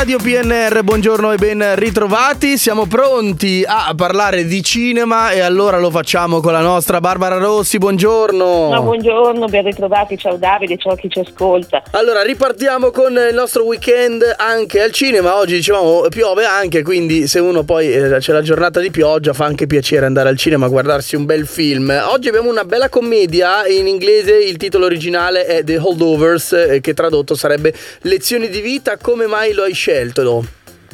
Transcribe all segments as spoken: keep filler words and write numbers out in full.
Radio P N R, buongiorno e ben ritrovati. Siamo pronti a parlare di cinema e allora lo facciamo con la nostra Barbara Rossi. Buongiorno. No, buongiorno, ben ritrovati. Ciao Davide, ciao chi ci ascolta. Allora, ripartiamo con il nostro weekend anche al cinema. Oggi dicevamo piove anche, quindi se uno poi eh, c'è la giornata di pioggia fa anche piacere andare al cinema a guardarsi un bel film. Oggi abbiamo una bella commedia, in inglese il titolo originale è The Holdovers, eh, che tradotto sarebbe Lezioni di vita. Come mai lo hai scelto?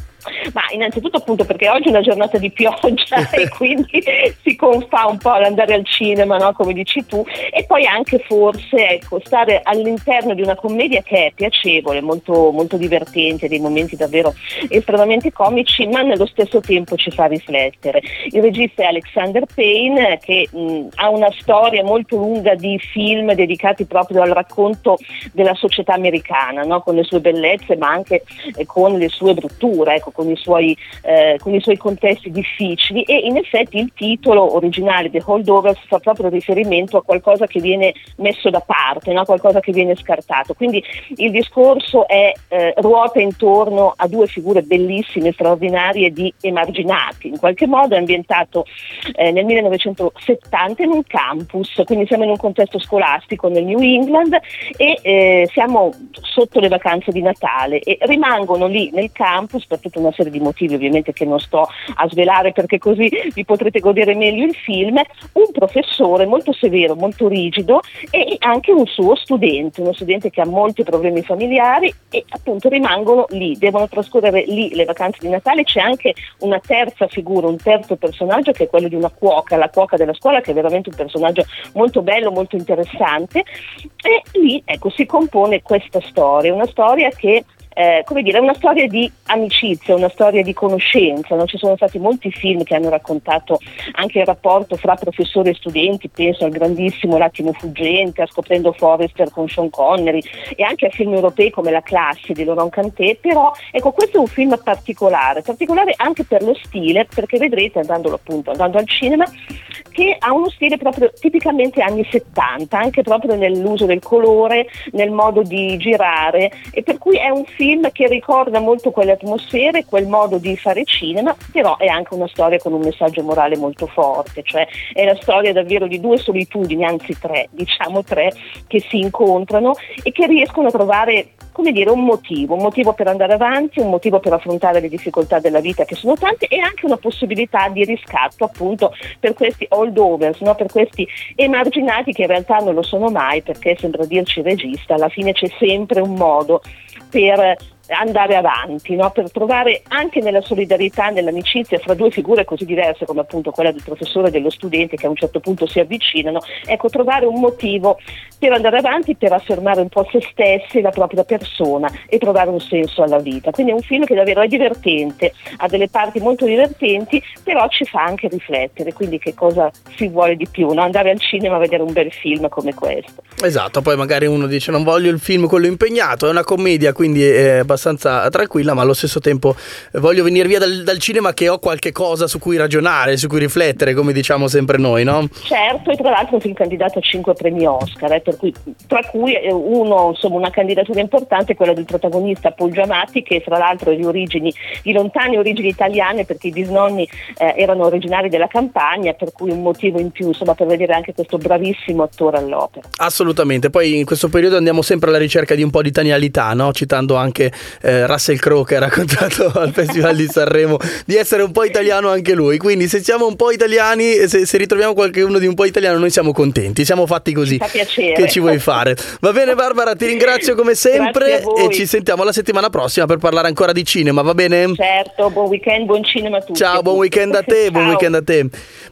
Ma innanzitutto appunto perché oggi è una giornata di pioggia e quindi si confà un po' all'andare al cinema, no? Come dici tu, e poi anche forse ecco stare all'interno di una commedia che è piacevole, molto, molto divertente, dei momenti davvero estremamente comici, ma nello stesso tempo ci fa riflettere. Il regista è Alexander Payne, che mh, ha una storia molto lunga di film dedicati proprio al racconto della società americana, no? Con le sue bellezze ma anche eh, con le sue brutture, ecco, con i suoi eh, con i suoi contesti difficili, e in effetti il titolo originale The Holdovers fa proprio riferimento a qualcosa che viene messo da parte, no? Qualcosa che viene scartato. Quindi il discorso è eh, ruota intorno a due figure bellissime, straordinarie di emarginati. In qualche modo è ambientato eh, nel millenovecentosettanta in un campus, quindi siamo in un contesto scolastico nel New England e eh, siamo sotto le vacanze di Natale e rimangono lì nel campus per tutta una serie di motivi ovviamente che non sto a svelare perché così vi potrete godere meglio il film, un professore molto severo, molto rigido e anche un suo studente, uno studente che ha molti problemi familiari e appunto rimangono lì, devono trascorrere lì le vacanze di Natale. C'è anche una terza figura, un terzo personaggio che è quello di una cuoca, la cuoca della scuola, che è veramente un personaggio molto bello, molto interessante, e lì ecco si compone questa storia, una storia che Eh, come dire, è una storia di amicizia, una storia di conoscenza, no? Ci sono stati molti film che hanno raccontato anche il rapporto fra professori e studenti, penso al grandissimo L'attimo fuggente, a Scoprendo Forrester con Sean Connery e anche a film europei come La classe di Laurent Cantet, però ecco questo è un film particolare, particolare anche per lo stile, perché vedrete andando appunto andando al cinema che ha uno stile proprio tipicamente anni settanta, anche proprio nell'uso del colore, nel modo di girare, e per cui è un film che ricorda molto quelle atmosfere, quel modo di fare cinema, però è anche una storia con un messaggio morale molto forte, cioè è la storia davvero di due solitudini, anzi tre, diciamo tre, che si incontrano e che riescono a trovare, come dire, un motivo, un motivo per andare avanti, un motivo per affrontare le difficoltà della vita che sono tante e anche una possibilità di riscatto appunto per questi holdovers, no? Per questi emarginati che in realtà non lo sono mai, perché sembra dirci il regista, alla fine c'è sempre un modo per andare avanti, no? Per trovare anche nella solidarietà, nell'amicizia fra due figure così diverse come appunto quella del professore e dello studente che a un certo punto si avvicinano, ecco, trovare un motivo per andare avanti, per affermare un po' se stessi, la propria persona e trovare un senso alla vita. Quindi è un film che davvero è divertente, ha delle parti molto divertenti, però ci fa anche riflettere, quindi che cosa si vuole di più, no? Andare al cinema a vedere un bel film come questo. Esatto, poi magari uno dice non voglio il film quello impegnato, è una commedia quindi è abbastanza tranquilla, ma allo stesso tempo voglio venire via dal, dal cinema che ho qualche cosa su cui ragionare, su cui riflettere, come diciamo sempre noi, no? Certo, e tra l'altro è un film candidato a cinque premi Oscar, eh, per cui, tra cui uno, insomma, una candidatura importante è quella del protagonista Paul Giamatti, che tra l'altro è di origini, di lontane origini italiane, perché i bisnonni eh, erano originari della Campania, per cui un motivo in più, insomma, per vedere anche questo bravissimo attore all'opera. Assolutamente, poi in questo periodo andiamo sempre alla ricerca di un po' di italianità, no? Citando anche eh, Russell Crowe, che ha raccontato al Festival di Sanremo di essere un po' italiano anche lui, quindi se siamo un po' italiani, se, se ritroviamo qualcuno di un po' italiano noi siamo contenti, siamo fatti così. Fa piacere. Che ci vuoi fare? Va bene Barbara, ti ringrazio come sempre e ci sentiamo la settimana prossima per parlare ancora di cinema, va bene? Certo, buon weekend, buon cinema a tutti. Ciao, buon weekend a te, buon weekend a te.